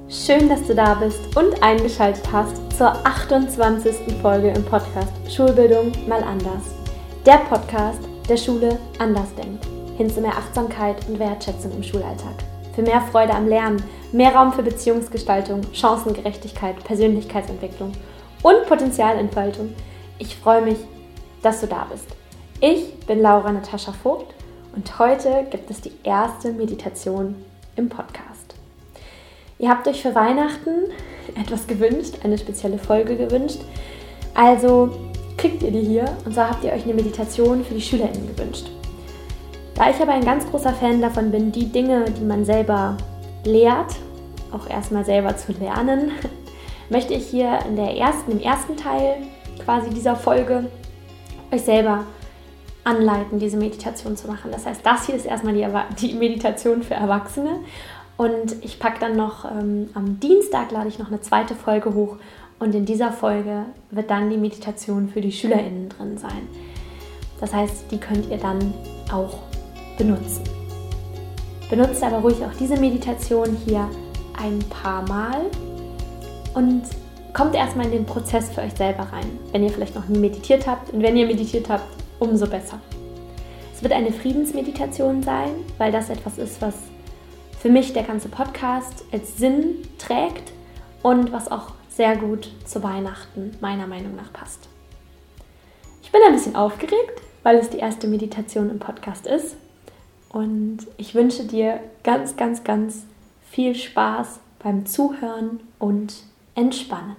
Schön, dass du da bist und eingeschaltet hast zur 28. Folge im Podcast Schulbildung mal anders. Der Podcast, der Schule anders denkt. Hin zu mehr Achtsamkeit und Wertschätzung im Schulalltag. Für mehr Freude am Lernen, mehr Raum für Beziehungsgestaltung, Chancengerechtigkeit, Persönlichkeitsentwicklung und Potenzialentfaltung. Ich freue mich, dass du da bist. Ich bin Laura Natascha Vogt und heute gibt es die erste Meditation im Podcast. Ihr habt euch für Weihnachten etwas gewünscht, eine spezielle Folge gewünscht. Also kriegt ihr die hier und zwar habt ihr euch eine Meditation für die SchülerInnen gewünscht. Da ich aber ein ganz großer Fan davon bin, die Dinge, die man selber lehrt, auch erstmal selber zu lernen, möchte ich hier im ersten Teil quasi dieser Folge euch selber anleiten, diese Meditation zu machen. Das heißt, das hier ist erstmal die Meditation für Erwachsene. Und ich packe dann noch, am Dienstag lade ich noch eine zweite Folge hoch und in dieser Folge wird dann die Meditation für die SchülerInnen drin sein. Das heißt, die könnt ihr dann auch benutzen. Benutzt aber ruhig auch diese Meditation hier ein paar Mal und kommt erstmal in den Prozess für euch selber rein, wenn ihr vielleicht noch nie meditiert habt. Und wenn ihr meditiert habt, umso besser. Es wird eine Friedensmeditation sein, weil das etwas ist, was für mich der ganze Podcast als Sinn trägt und was auch sehr gut zu Weihnachten meiner Meinung nach passt. Ich bin ein bisschen aufgeregt, weil es die erste Meditation im Podcast ist und ich wünsche dir ganz, ganz, ganz viel Spaß beim Zuhören und Entspannen.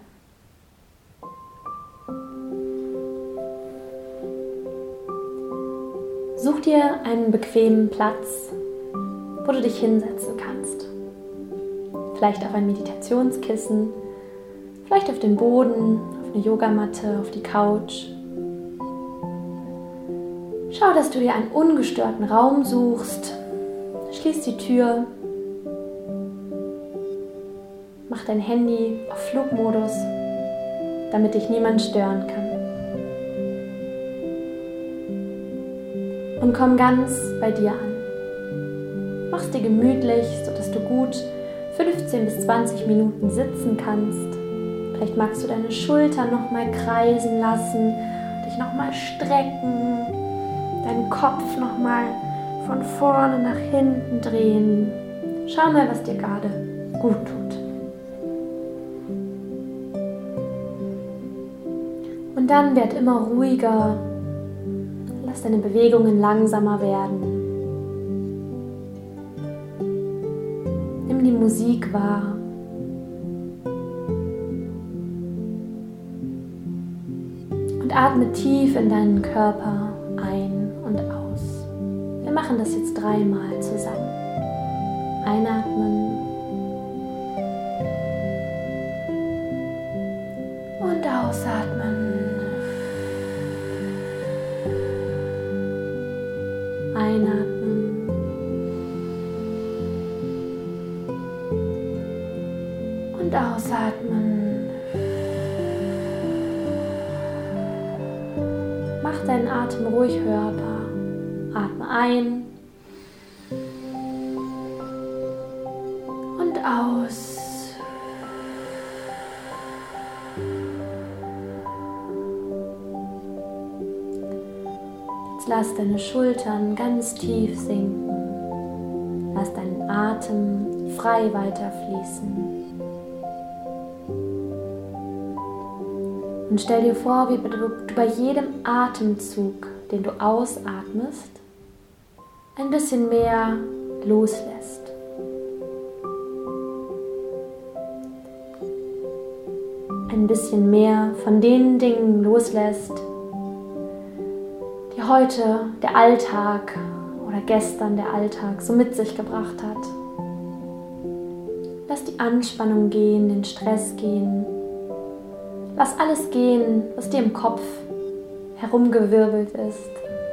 Such dir einen bequemen Platz, wo du dich hinsetzen kannst. Vielleicht auf ein Meditationskissen, vielleicht auf den Boden, auf eine Yogamatte, auf die Couch. Schau, dass du dir einen ungestörten Raum suchst. Schließ die Tür. Mach dein Handy auf Flugmodus, damit dich niemand stören kann. Und komm ganz bei dir an. Mach's dir gemütlich, sodass du gut 15 bis 20 Minuten sitzen kannst. Vielleicht magst du deine Schultern nochmal kreisen lassen, dich nochmal strecken, deinen Kopf nochmal von vorne nach hinten drehen. Schau mal, was dir gerade gut tut. Und dann werd immer ruhiger. Lass deine Bewegungen langsamer werden. Nimm die Musik wahr. Und atme tief in deinen Körper ein und aus. Wir machen das jetzt 3-mal zusammen. Einatmen. Und ausatmen. Einatmen. Und ausatmen. Mach deinen Atem ruhig hörbar. Atme ein und aus. Jetzt lass deine Schultern ganz tief sinken. Lass deinen Atem frei weiterfließen. Und stell dir vor, wie du bei jedem Atemzug, den du ausatmest, ein bisschen mehr loslässt. Ein bisschen mehr von den Dingen loslässt, die heute der Alltag oder gestern der Alltag so mit sich gebracht hat. Lass die Anspannung gehen, den Stress gehen. Lass alles gehen, was dir im Kopf herumgewirbelt ist.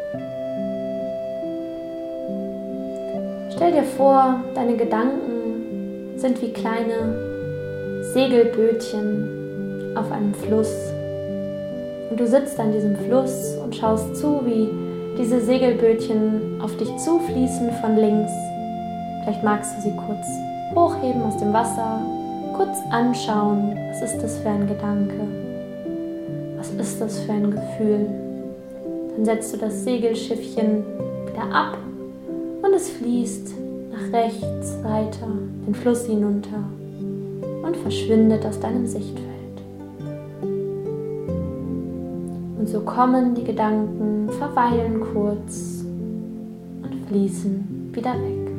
Stell dir vor, deine Gedanken sind wie kleine Segelbötchen auf einem Fluss. Und du sitzt an diesem Fluss und schaust zu, wie diese Segelbötchen auf dich zufließen von links. Vielleicht magst du sie kurz hochheben aus dem Wasser, kurz anschauen, was ist das für ein Gedanke? Was ist das für ein Gefühl? Dann setzt du das Segelschiffchen wieder ab und es fließt nach rechts weiter, den Fluss hinunter und verschwindet aus deinem Sichtfeld. Und so kommen die Gedanken, verweilen kurz und fließen wieder weg.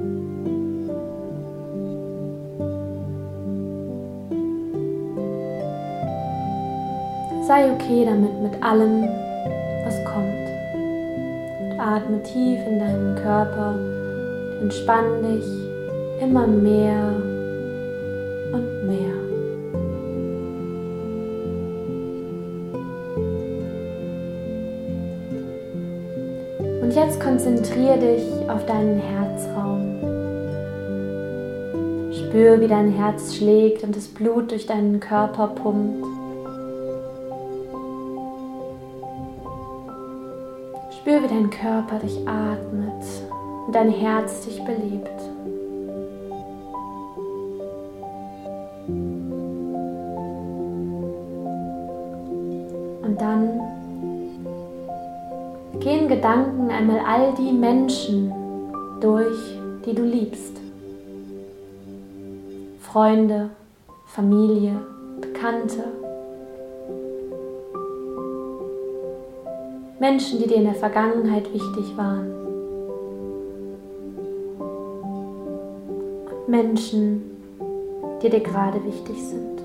Sei okay damit, mit allem, was kommt. Und atme tief in deinen Körper, entspann dich immer mehr und mehr. Und jetzt konzentriere dich auf deinen Herzraum. Spür, wie dein Herz schlägt und das Blut durch deinen Körper pumpt. Spür, wie dein Körper dich atmet und dein Herz dich belebt. Und dann geh in Gedanken einmal all die Menschen durch, die du liebst. Freunde, Familie, Bekannte. Menschen, die dir in der Vergangenheit wichtig waren. Und Menschen, die dir gerade wichtig sind.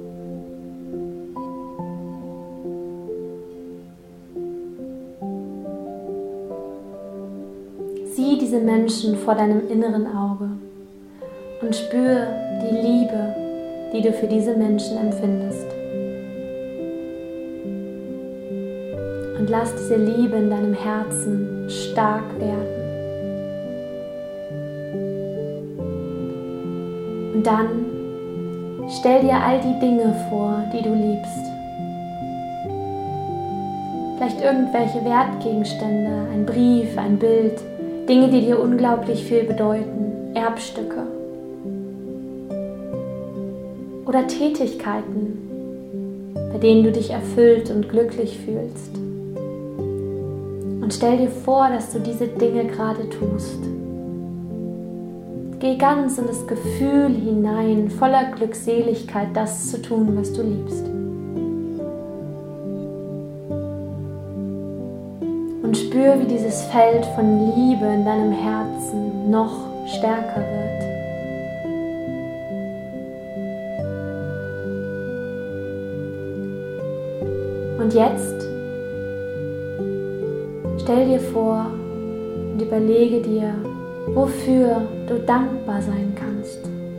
Sieh diese Menschen vor deinem inneren Auge und spür die Liebe, die du für diese Menschen empfindest. Und lass diese Liebe in deinem Herzen stark werden. Und dann stell dir all die Dinge vor, die du liebst. Vielleicht irgendwelche Wertgegenstände, ein Brief, ein Bild, Dinge, die dir unglaublich viel bedeuten, Erbstücke. Oder Tätigkeiten, bei denen du dich erfüllt und glücklich fühlst. Und stell dir vor, dass du diese Dinge gerade tust. Geh ganz in das Gefühl hinein, voller Glückseligkeit, das zu tun, was du liebst. Und spür, wie dieses Feld von Liebe in deinem Herzen noch stärker wird. Und jetzt stell dir vor und überlege dir, wofür du dankbar sein kannst.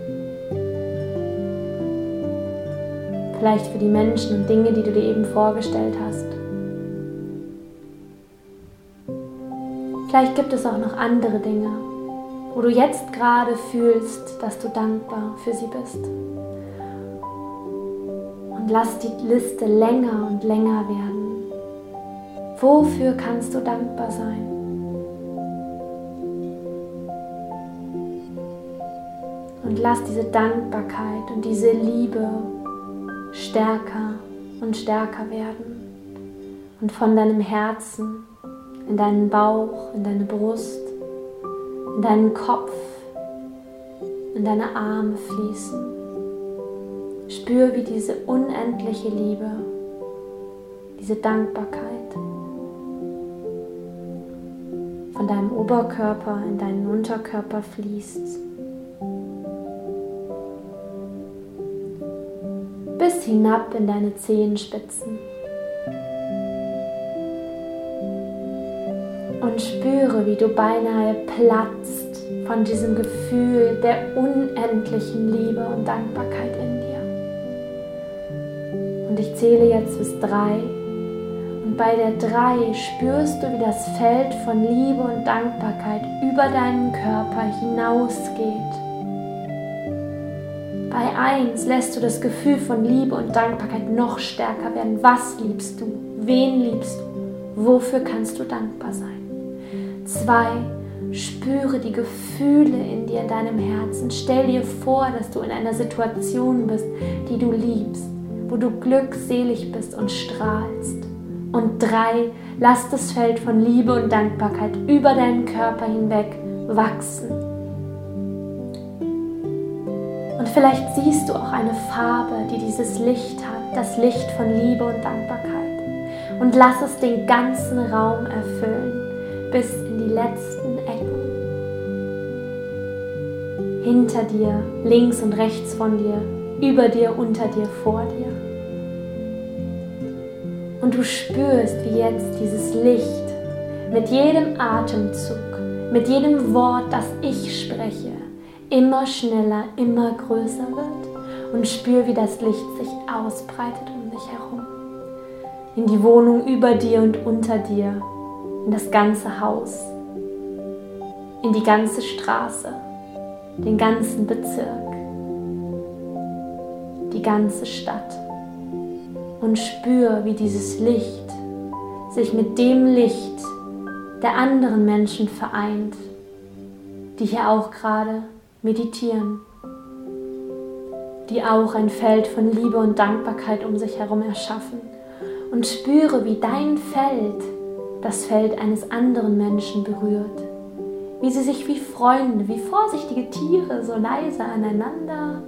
Vielleicht für die Menschen und Dinge, die du dir eben vorgestellt hast. Vielleicht gibt es auch noch andere Dinge, wo du jetzt gerade fühlst, dass du dankbar für sie bist. Und lass die Liste länger und länger werden. Wofür kannst du dankbar sein? Und lass diese Dankbarkeit und diese Liebe stärker und stärker werden und von deinem Herzen in deinen Bauch, in deine Brust, in deinen Kopf, in deine Arme fließen. Spür, wie diese unendliche Liebe, diese Dankbarkeit von deinem Oberkörper in deinen Unterkörper fließt. Bis hinab in deine Zehenspitzen. Und spüre, wie du beinahe platzt von diesem Gefühl der unendlichen Liebe und Dankbarkeit in dir. Und ich zähle jetzt bis 3. Und bei der 3 spürst du, wie das Feld von Liebe und Dankbarkeit über deinen Körper hinausgeht. Bei 1 lässt du das Gefühl von Liebe und Dankbarkeit noch stärker werden. Was liebst du? Wen liebst du? Wofür kannst du dankbar sein? 2, Spüre die Gefühle in dir, in deinem Herzen. Stell dir vor, dass du in einer Situation bist, die du liebst, wo du glückselig bist und strahlst. Und 3, lass das Feld von Liebe und Dankbarkeit über deinen Körper hinweg wachsen. Und vielleicht siehst du auch eine Farbe, die dieses Licht hat, das Licht von Liebe und Dankbarkeit. Und lass es den ganzen Raum erfüllen, bis in die letzten Ecken. Hinter dir, links und rechts von dir, über dir, unter dir, vor dir. Und du spürst, wie jetzt dieses Licht mit jedem Atemzug, mit jedem Wort, das ich spreche, immer schneller, immer größer wird. Und spür, wie das Licht sich ausbreitet um dich herum. In die Wohnung über dir und unter dir, in das ganze Haus, in die ganze Straße, den ganzen Bezirk, die ganze Stadt. Und spür, wie dieses Licht sich mit dem Licht der anderen Menschen vereint, die hier auch gerade meditieren, die auch ein Feld von Liebe und Dankbarkeit um sich herum erschaffen. Und spüre, wie dein Feld das Feld eines anderen Menschen berührt. Wie sie sich wie Freunde, wie vorsichtige Tiere so leise aneinander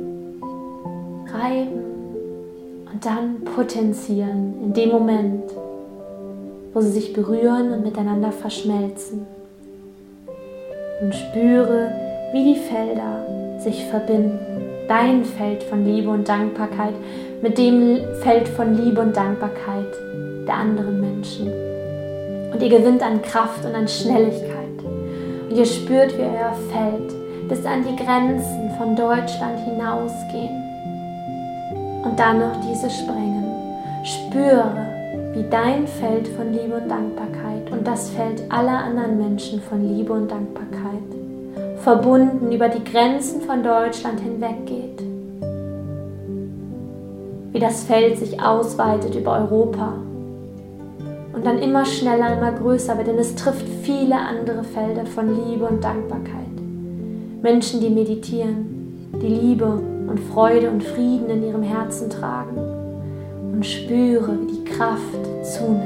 reiben und dann potenzieren in dem Moment, wo sie sich berühren und miteinander verschmelzen. Und spüre, wie die Felder sich verbinden. Dein Feld von Liebe und Dankbarkeit mit dem Feld von Liebe und Dankbarkeit der anderen Menschen. Und ihr gewinnt an Kraft und an Schnelligkeit. Und ihr spürt, wie euer Feld bis an die Grenzen von Deutschland hinausgehen. Und dann noch diese sprengen. Spüre, wie dein Feld von Liebe und Dankbarkeit und das Feld aller anderen Menschen von Liebe und Dankbarkeit verbunden über die Grenzen von Deutschland hinweg geht. Wie das Feld sich ausweitet über Europa und dann immer schneller, immer größer wird, denn es trifft viele andere Felder von Liebe und Dankbarkeit. Menschen, die meditieren, die Liebe und Freude und Frieden in ihrem Herzen tragen und spüre, wie die Kraft zunimmt.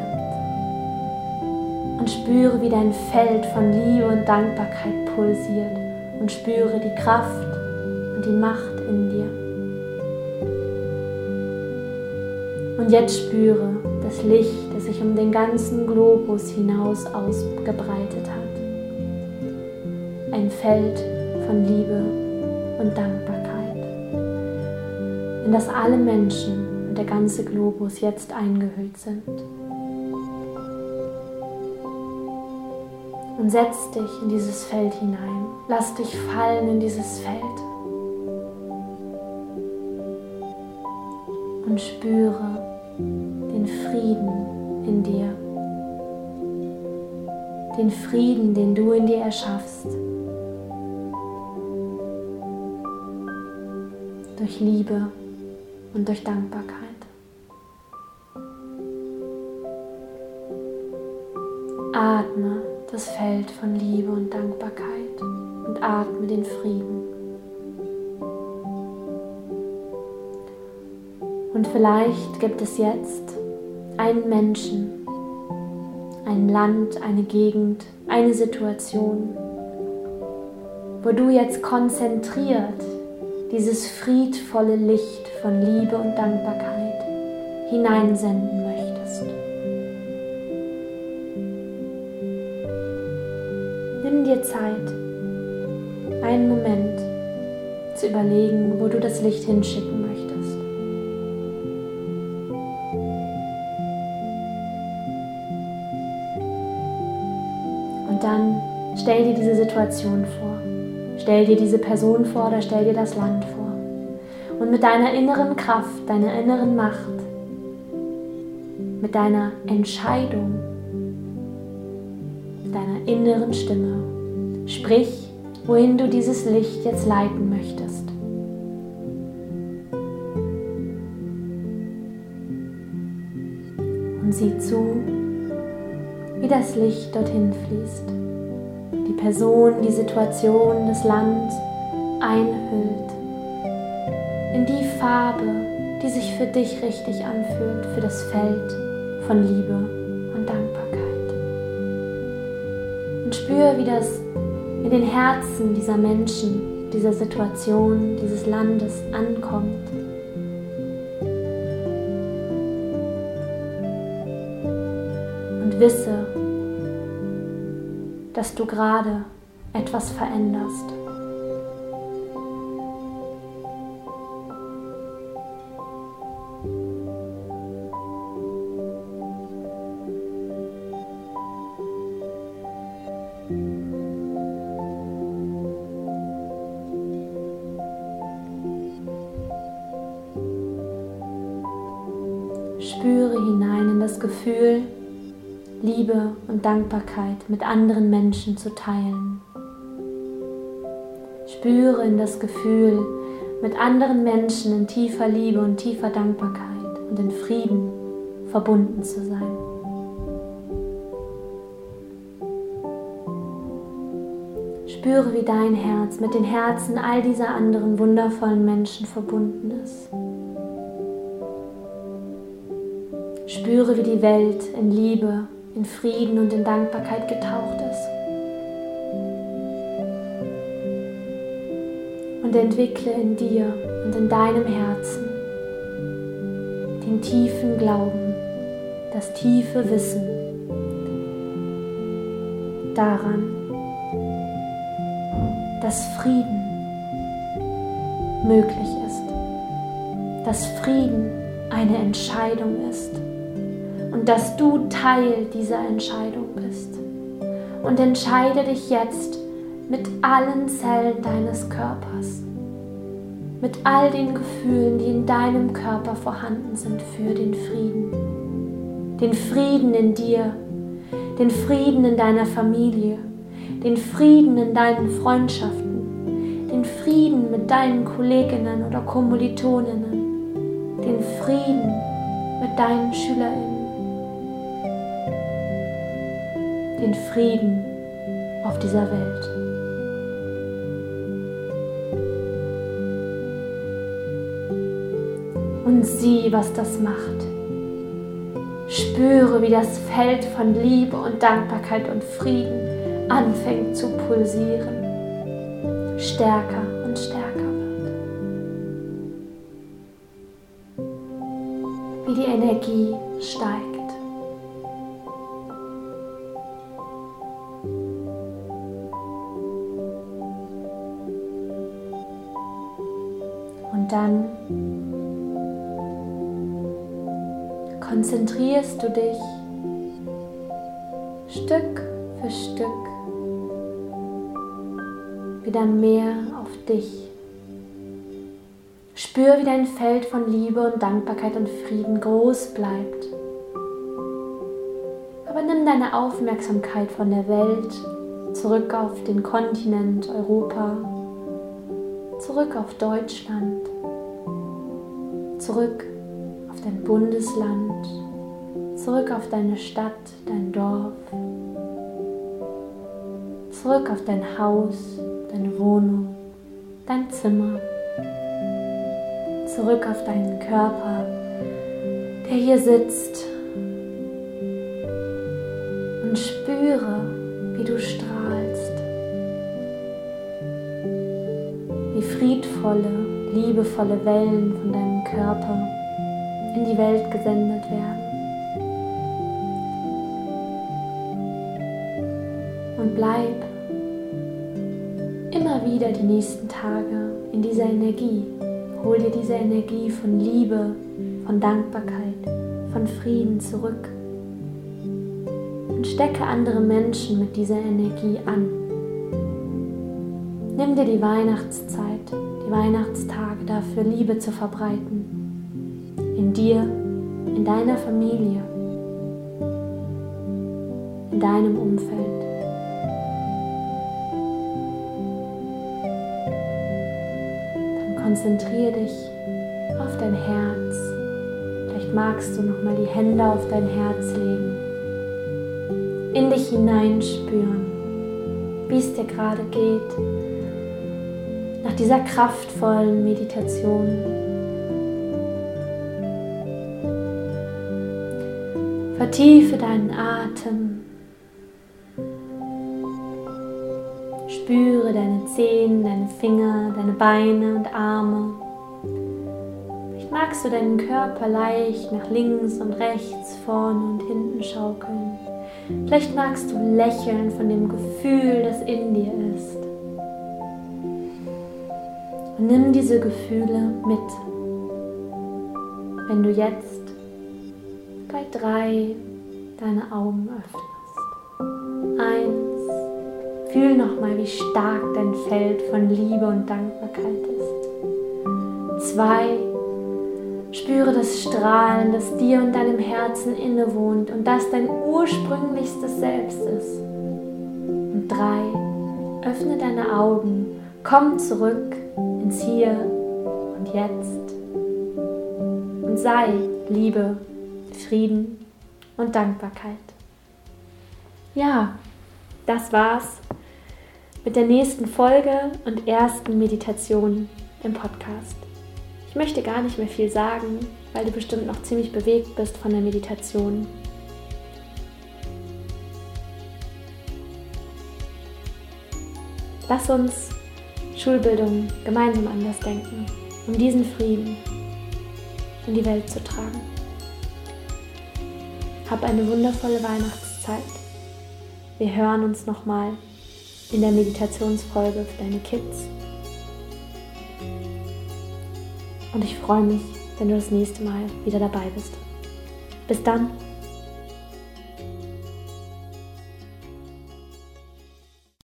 Und spüre, wie dein Feld von Liebe und Dankbarkeit pulsiert und spüre die Kraft und die Macht in dir. Und jetzt spüre das Licht, das sich um den ganzen Globus hinaus ausgebreitet hat. Ein Feld von Liebe und Dankbarkeit, in das alle Menschen und der ganze Globus jetzt eingehüllt sind. Und setz dich in dieses Feld hinein. Lass dich fallen in dieses Feld. Und spüre den Frieden in dir. Den Frieden, den du in dir erschaffst. Durch Liebe und durch Dankbarkeit. Atme das Feld von Liebe und Dankbarkeit und atme den Frieden. Und vielleicht gibt es jetzt einen Menschen, ein Land, eine Gegend, eine Situation, wo du jetzt konzentriert dieses friedvolle Licht von Liebe und Dankbarkeit hineinsenden möchtest. Nimm dir Zeit, einen Moment zu überlegen, wo du das Licht hinschicken möchtest. Und dann stell dir diese Situation vor. Stell dir diese Person vor oder stell dir das Land vor. Und mit deiner inneren Kraft, deiner inneren Macht, mit deiner Entscheidung, deiner inneren Stimme, sprich, wohin du dieses Licht jetzt leiten möchtest. Und sieh zu, wie das Licht dorthin fließt. die Person, die Situation, das Land einhüllt in die Farbe, die sich für dich richtig anfühlt, für das Feld von Liebe und Dankbarkeit. Und spüre, wie das in den Herzen dieser Menschen, dieser Situation, dieses Landes ankommt. Und wisse, dass du gerade etwas veränderst. Spüre hinein in das Gefühl, Liebe und Dankbarkeit mit anderen Menschen zu teilen. Spüre in das Gefühl, mit anderen Menschen in tiefer Liebe und tiefer Dankbarkeit und in Frieden verbunden zu sein. Spüre, wie dein Herz mit den Herzen all dieser anderen wundervollen Menschen verbunden ist. Spüre, wie die Welt in Liebe, in Frieden und in Dankbarkeit getaucht ist. Und entwickle in dir und in deinem Herzen den tiefen Glauben, das tiefe Wissen daran, dass Frieden möglich ist, dass Frieden eine Entscheidung ist. Und dass du Teil dieser Entscheidung bist. Und entscheide dich jetzt mit allen Zellen deines Körpers, mit all den Gefühlen, die in deinem Körper vorhanden sind, für den Frieden. Den Frieden in dir, den Frieden in deiner Familie, den Frieden in deinen Freundschaften, den Frieden mit deinen Kolleginnen oder Kommilitoninnen, den Frieden mit deinen SchülerInnen. Den Frieden auf dieser Welt. Und sieh, was das macht. Spüre, wie das Feld von Liebe und Dankbarkeit und Frieden anfängt zu pulsieren, stärker und stärker wird. Wie die Energie steigt. Und dann konzentrierst du dich Stück für Stück wieder mehr auf dich. Spür, wie dein Feld von Liebe und Dankbarkeit und Frieden groß bleibt. Aber nimm deine Aufmerksamkeit von der Welt zurück auf den Kontinent Europa, zurück auf Deutschland, zurück auf dein Bundesland, zurück auf deine Stadt, dein Dorf, zurück auf dein Haus, deine Wohnung, dein Zimmer, zurück auf deinen Körper, der hier sitzt, und spüre, wie du strahlst. Wie friedvolle, liebevolle Wellen von deinem Körper in die Welt gesendet werden. Und bleib immer wieder die nächsten Tage in dieser Energie. Hol dir diese Energie von Liebe, von Dankbarkeit, von Frieden zurück. Und stecke andere Menschen mit dieser Energie an. Nimm dir die Weihnachtszeit, die Weihnachtstage dafür, Liebe zu verbreiten. In dir, in deiner Familie, in deinem Umfeld. Dann konzentriere dich auf dein Herz. Vielleicht magst du nochmal die Hände auf dein Herz legen. In dich hineinspüren. wie es dir gerade geht, nach dieser kraftvollen Meditation. Vertiefe deinen Atem. Spüre deine Zehen, deine Finger, deine Beine und Arme. Vielleicht magst du deinen Körper leicht nach links und rechts, vorne und hinten schaukeln. Vielleicht magst du lächeln von dem Gefühl, das in dir ist. Und nimm diese Gefühle mit. Wenn du jetzt bei 3 deine Augen öffnest. 1. Fühl nochmal, wie stark dein Feld von Liebe und Dankbarkeit ist. 2. Spüre das Strahlen, das dir und deinem Herzen innewohnt und das dein ursprünglichstes Selbst ist. Und 3. Öffne deine Augen, komm zurück ins Hier und Jetzt und sei Liebe, Frieden und Dankbarkeit. Ja, das war's mit der nächsten Folge und ersten Meditation im Podcast. Ich möchte gar nicht mehr viel sagen, weil du bestimmt noch ziemlich bewegt bist von der Meditation. Lass uns Schulbildung gemeinsam anders denken, um diesen Frieden in die Welt zu tragen. Hab eine wundervolle Weihnachtszeit. Wir hören uns nochmal in der Meditationsfolge für deine Kids. Und ich freue mich, wenn du das nächste Mal wieder dabei bist. Bis dann!